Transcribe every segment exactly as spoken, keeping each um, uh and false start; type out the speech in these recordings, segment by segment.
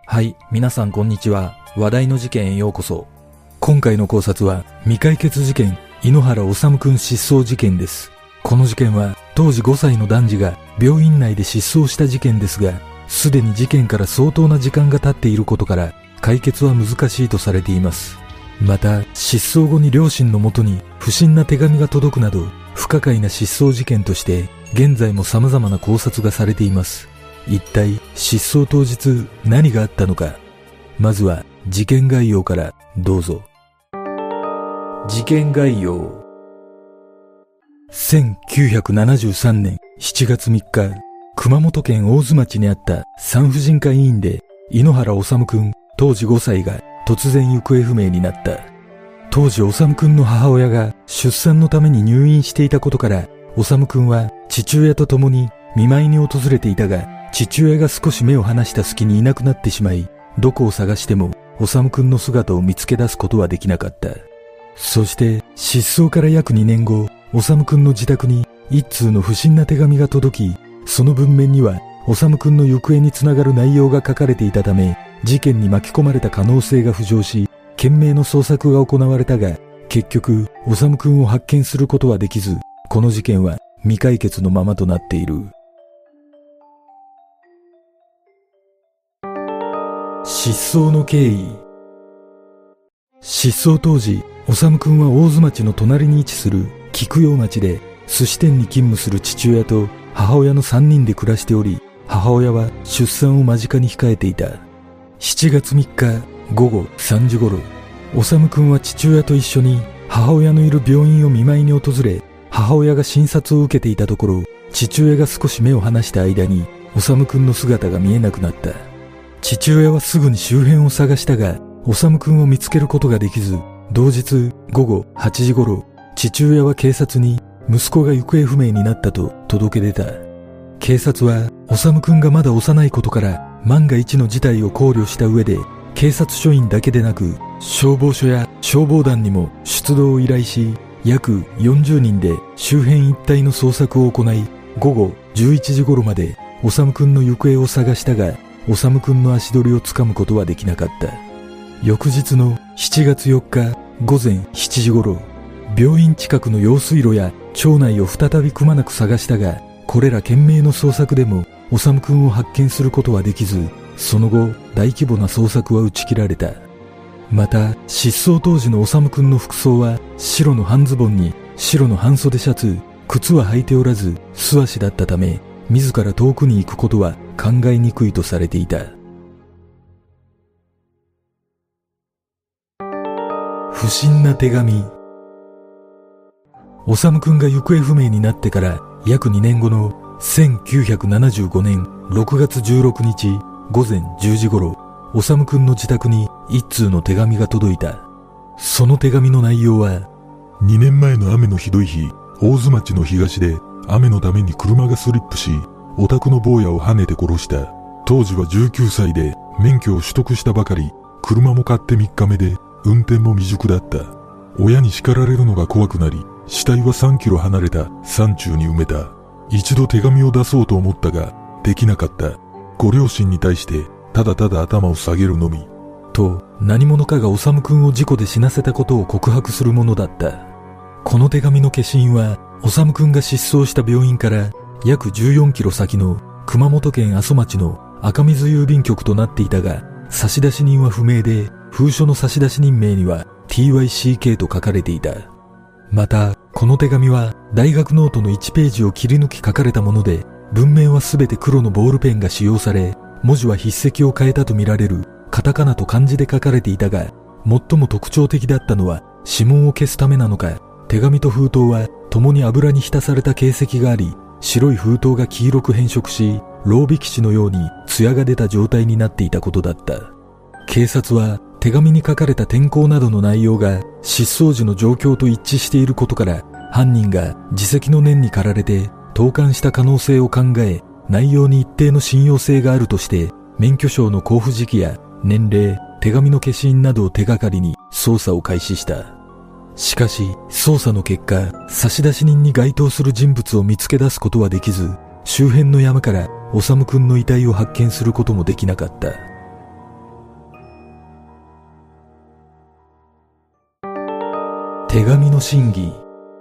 はい、皆さんこんにちは。話題の事件へようこそ。今回の考察は未解決事件、井ノ原修くん失踪事件です。この事件は当時ごさいの男児が病院内で失踪した事件ですが、すでに事件から相当な時間が経っていることから解決は難しいとされています。また失踪後に両親のもとに不審な手紙が届くなど不可解な失踪事件として現在も様々な考察がされています。一体失踪当日何があったのか。まずは事件概要からどうぞ。事件概要。せんきゅうひゃくななじゅうさんねんしちがつみっか、熊本県大津町にあった産婦人科医院で井ノ原修くん当時ごさいが突然行方不明になった。当時修くんの母親が出産のために入院していたことから修くんは父親と共に見舞いに訪れていたが、父親が少し目を離した隙にいなくなってしまい、どこを探しても修くんの姿を見つけ出すことはできなかった。そして失踪から約にねんご、修くんの自宅に一通の不審な手紙が届き、その文面には修くんの行方につながる内容が書かれていたため、事件に巻き込まれた可能性が浮上し、懸命の捜索が行われたが、結局修くんを発見することはできず、この事件は未解決のままとなっている。失踪の経緯。失踪当時、修くんは大津町の隣に位置する菊陽町で寿司店に勤務する父親と母親のさんにんで暮らしており、母親は出産を間近に控えていた。しちがつみっかごごさんじ頃、修くんは父親と一緒に母親のいる病院を見舞いに訪れ、母親が診察を受けていたところ、父親が少し目を離した間に修くんの姿が見えなくなった。父親はすぐに周辺を探したが、修くんを見つけることができず、同日ごごはちじ頃、父親は警察に息子が行方不明になったと届け出た。警察は修くんがまだ幼いことから万が一の事態を考慮した上で、警察署員だけでなく消防署や消防団にも出動を依頼し、約よんじゅうにんで周辺一帯の捜索を行い、ごごじゅういちじ頃まで修くんの行方を探したが、修くんの足取りをつかむことはできなかった。翌日のしちがつよっかごぜんしちじ頃、病院近くの用水路や町内を再びくまなく探したが、これら懸命の捜索でも修くんを発見することはできず、その後大規模な捜索は打ち切られた。また失踪当時の修くんの服装は白の半ズボンに白の半袖シャツ、靴は履いておらず素足だったため、自ら遠くに行くことは考えにくいとされていた。不審な手紙。修くんが行方不明になってから約にねんごのせんきゅうひゃくななじゅうごねんろくがつじゅうろくにちごぜんじゅうじ頃、修くんの自宅に一通の手紙が届いた。その手紙の内容は、 にねんまえの雨のひどい日、大津町の東で雨のために車がスリップし、お宅の坊やを跳ねて殺した。当時はじゅうきゅうさいで免許を取得したばかり、車も買ってみっかめで運転も未熟だった。親に叱られるのが怖くなり、死体はさんキロ離れた山中に埋めた。一度手紙を出そうと思ったができなかった。ご両親に対してただただ頭を下げるのみ。 と何者かが修くんを事故で死なせたことを告白するものだった。この手紙の消印は修くんが失踪した病院から約じゅうよんキロ先の熊本県阿蘇町の赤水郵便局となっていたが、差出人は不明で、封書の差出人名には ティーワイシーケー と書かれていた。またこの手紙は大学ノートのいちページを切り抜き書かれたもので、文面はすべて黒のボールペンが使用され、文字は筆跡を変えたとみられるカタカナと漢字で書かれていたが、最も特徴的だったのは指紋を消すためなのか、手紙と封筒は共に油に浸された形跡があり、白い封筒が黄色く変色し、ロービキ紙のように艶が出た状態になっていたことだった。警察は手紙に書かれた天候などの内容が失踪時の状況と一致していることから、犯人が自責の念に駆られて投函した可能性を考え、内容に一定の信用性があるとして免許証の交付時期や年齢、手紙の消印などを手がかりに捜査を開始した。しかし捜査の結果、差出人に該当する人物を見つけ出すことはできず、周辺の山から修くんの遺体を発見することもできなかった。 手紙の真偽。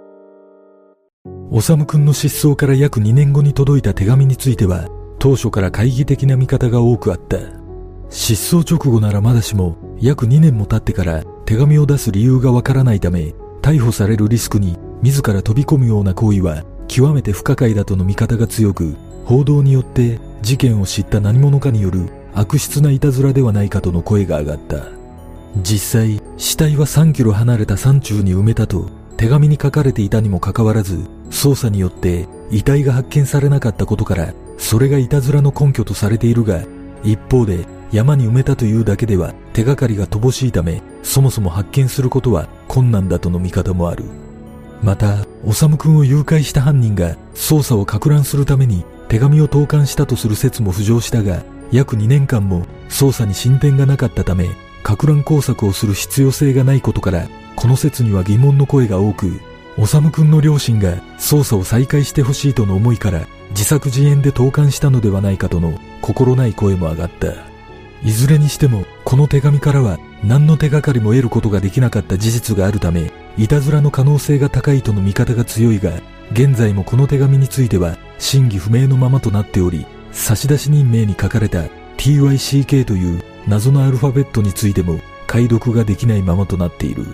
修くんの失踪から約にねんごに届いた手紙については、当初から懐疑的な見方が多くあった。失踪直後ならまだしも、約にねんも経ってから手紙を出す理由がわからないため、逮捕されるリスクに自ら飛び込むような行為は極めて不可解だとの見方が強く、報道によって事件を知った何者かによる悪質ないたずらではないかとの声が上がった。実際、死体はさんキロ離れた山中に埋めたと手紙に書かれていたにもかかわらず、捜査によって遺体が発見されなかったことから、それがいたずらの根拠とされているが、一方で山に埋めたというだけでは手がかりが乏しいため、そもそも発見することは困難だとの見方もある。また、修くんを誘拐した犯人が捜査を攪乱するために手紙を投函したとする説も浮上したが、約にねんかんも捜査に進展がなかったため、攪乱工作をする必要性がないことから、この説には疑問の声が多く、修くんの両親が捜査を再開してほしいとの思いから自作自演で投函したのではないかとの心ない声も上がった。いずれにしても、この手紙からは何の手がかりも得ることができなかった事実があるため、いたずらの可能性が高いとの見方が強いが、現在もこの手紙については真偽不明のままとなっており、差出人名に書かれた ティーワイシーケー という謎のアルファベットについても解読ができないままとなっている。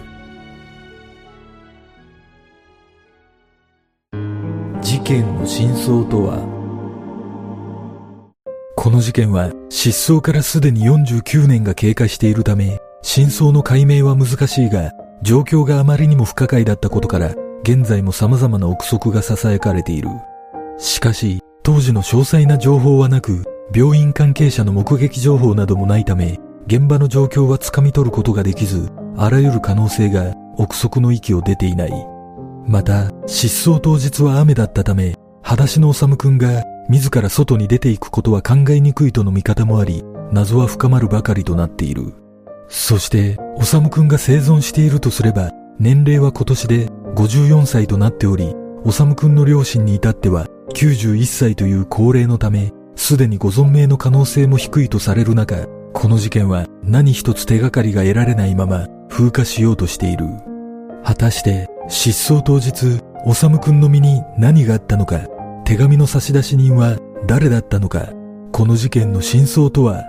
事件の真相とは。この事件は失踪からすでによんじゅうきゅうねんが経過しているため、真相の解明は難しいが、状況があまりにも不可解だったことから、現在も様々な憶測が囁かれている。しかし、当時の詳細な情報はなく、病院関係者の目撃情報などもないため、現場の状況は掴み取ることができず、あらゆる可能性が憶測の域を出ていない。また、失踪当日は雨だったため、裸足の修くんが自ら外に出ていくことは考えにくいとの見方もあり、謎は深まるばかりとなっている。そして、修くんが生存しているとすれば、年齢は今年でごじゅうよんさいとなっており、修くんの両親に至ってはきゅうじゅういっさいという高齢のため、すでにご存命の可能性も低いとされる中、この事件は何一つ手がかりが得られないまま風化しようとしている。果たして、失踪当日、修くんの身に何があったのか、手紙の差出人は誰だったのか、この事件の真相とは。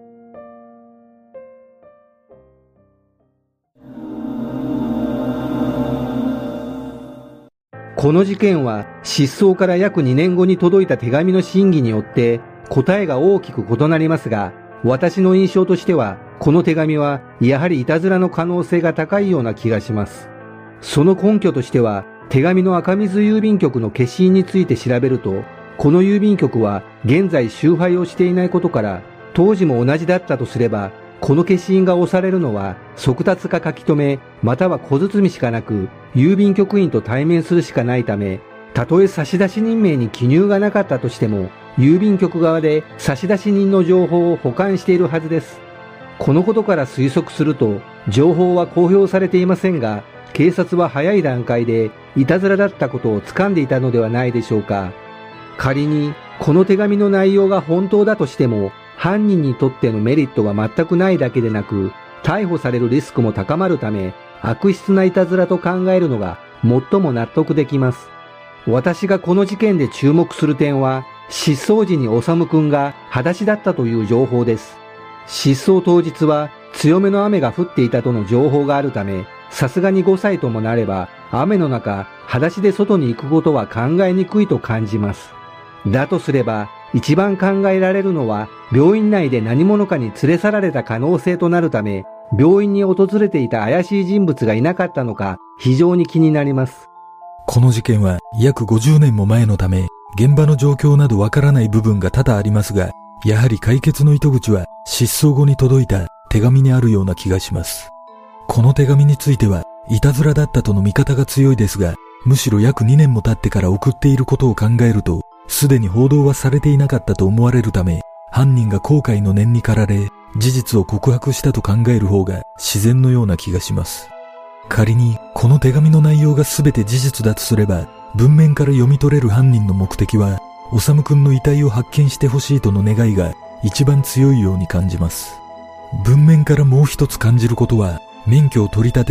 この事件は失踪から約にねんごに届いた手紙の真偽によって答えが大きく異なりますが、私の印象としてはこの手紙はやはりいたずらの可能性が高いような気がします。その根拠としては、手紙の赤水郵便局の消印について調べると、この郵便局は現在集配をしていないことから、当時も同じだったとすれば、この消印が押されるのは速達か書き留め、または小包しかなく、郵便局員と対面するしかないため、たとえ差出人名に記入がなかったとしても、郵便局側で差出人の情報を保管しているはずです。このことから推測すると、情報は公表されていませんが、警察は早い段階でいたずらだったことを掴んでいたのではないでしょうか。仮にこの手紙の内容が本当だとしても、犯人にとってのメリットが全くないだけでなく、逮捕されるリスクも高まるため、悪質ないたずらと考えるのが最も納得できます。私がこの事件で注目する点は、失踪時に修くんが裸足だったという情報です。失踪当日は強めの雨が降っていたとの情報があるため、さすがにごさいともなれば、雨の中、裸足で外に行くことは考えにくいと感じます。だとすれば、一番考えられるのは、病院内で何者かに連れ去られた可能性となるため、病院に訪れていた怪しい人物がいなかったのか、非常に気になります。 この事件は約ごじゅうねんも前のため、現場の状況などわからない部分が多々ありますが、やはり解決の糸口は失踪後に届いた手紙にあるような気がします。この手紙については、いたずらだったとの見方が強いですが、むしろ約にねんも経ってから送っていることを考えると、すでに報道はされていなかったと思われるため、犯人が後悔の念に駆られ、事実を告白したと考える方が自然のような気がします。仮に、この手紙の内容が全て事実だとすれば、文面から読み取れる犯人の目的は、修くんの遺体を発見してほしいとの願いが一番強いように感じます。文面からもう一つ感じることは、免許を取り立てで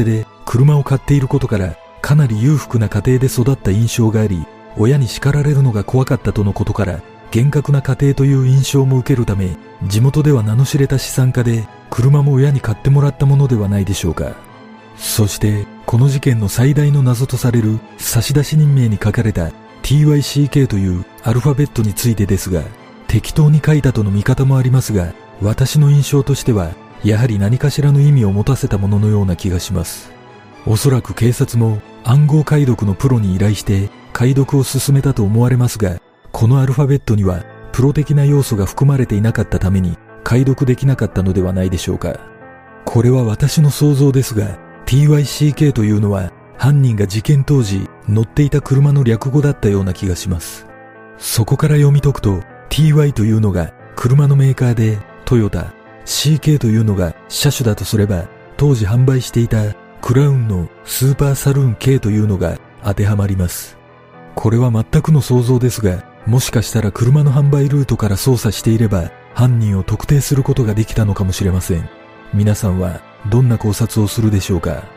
車を買っていることからかなり裕福な家庭で育った印象があり、親に叱られるのが怖かったとのことから厳格な家庭という印象も受けるため、地元では名の知れた資産家で車も親に買ってもらったものではないでしょうか。そしてこの事件の最大の謎とされる差出人名に書かれた ティーワイシーケー というアルファベットについてですが、適当に書いたとの見方もありますが、私の印象としてはやはり何かしらの意味を持たせたもののような気がします。おそらく警察も暗号解読のプロに依頼して解読を進めたと思われますが、このアルファベットにはプロ的な要素が含まれていなかったために解読できなかったのではないでしょうか。これは私の想像ですが、 ティーワイシーケー というのは犯人が事件当時乗っていた車の略語だったような気がします。そこから読み解くと ティーワイ というのが車のメーカーでトヨタ、シーケー というのが車種だとすれば、当時販売していたクラウンのスーパーサルーン K というのが当てはまります。これは全くの想像ですが、もしかしたら車の販売ルートから操作していれば犯人を特定することができたのかもしれません。皆さんはどんな考察をするでしょうか。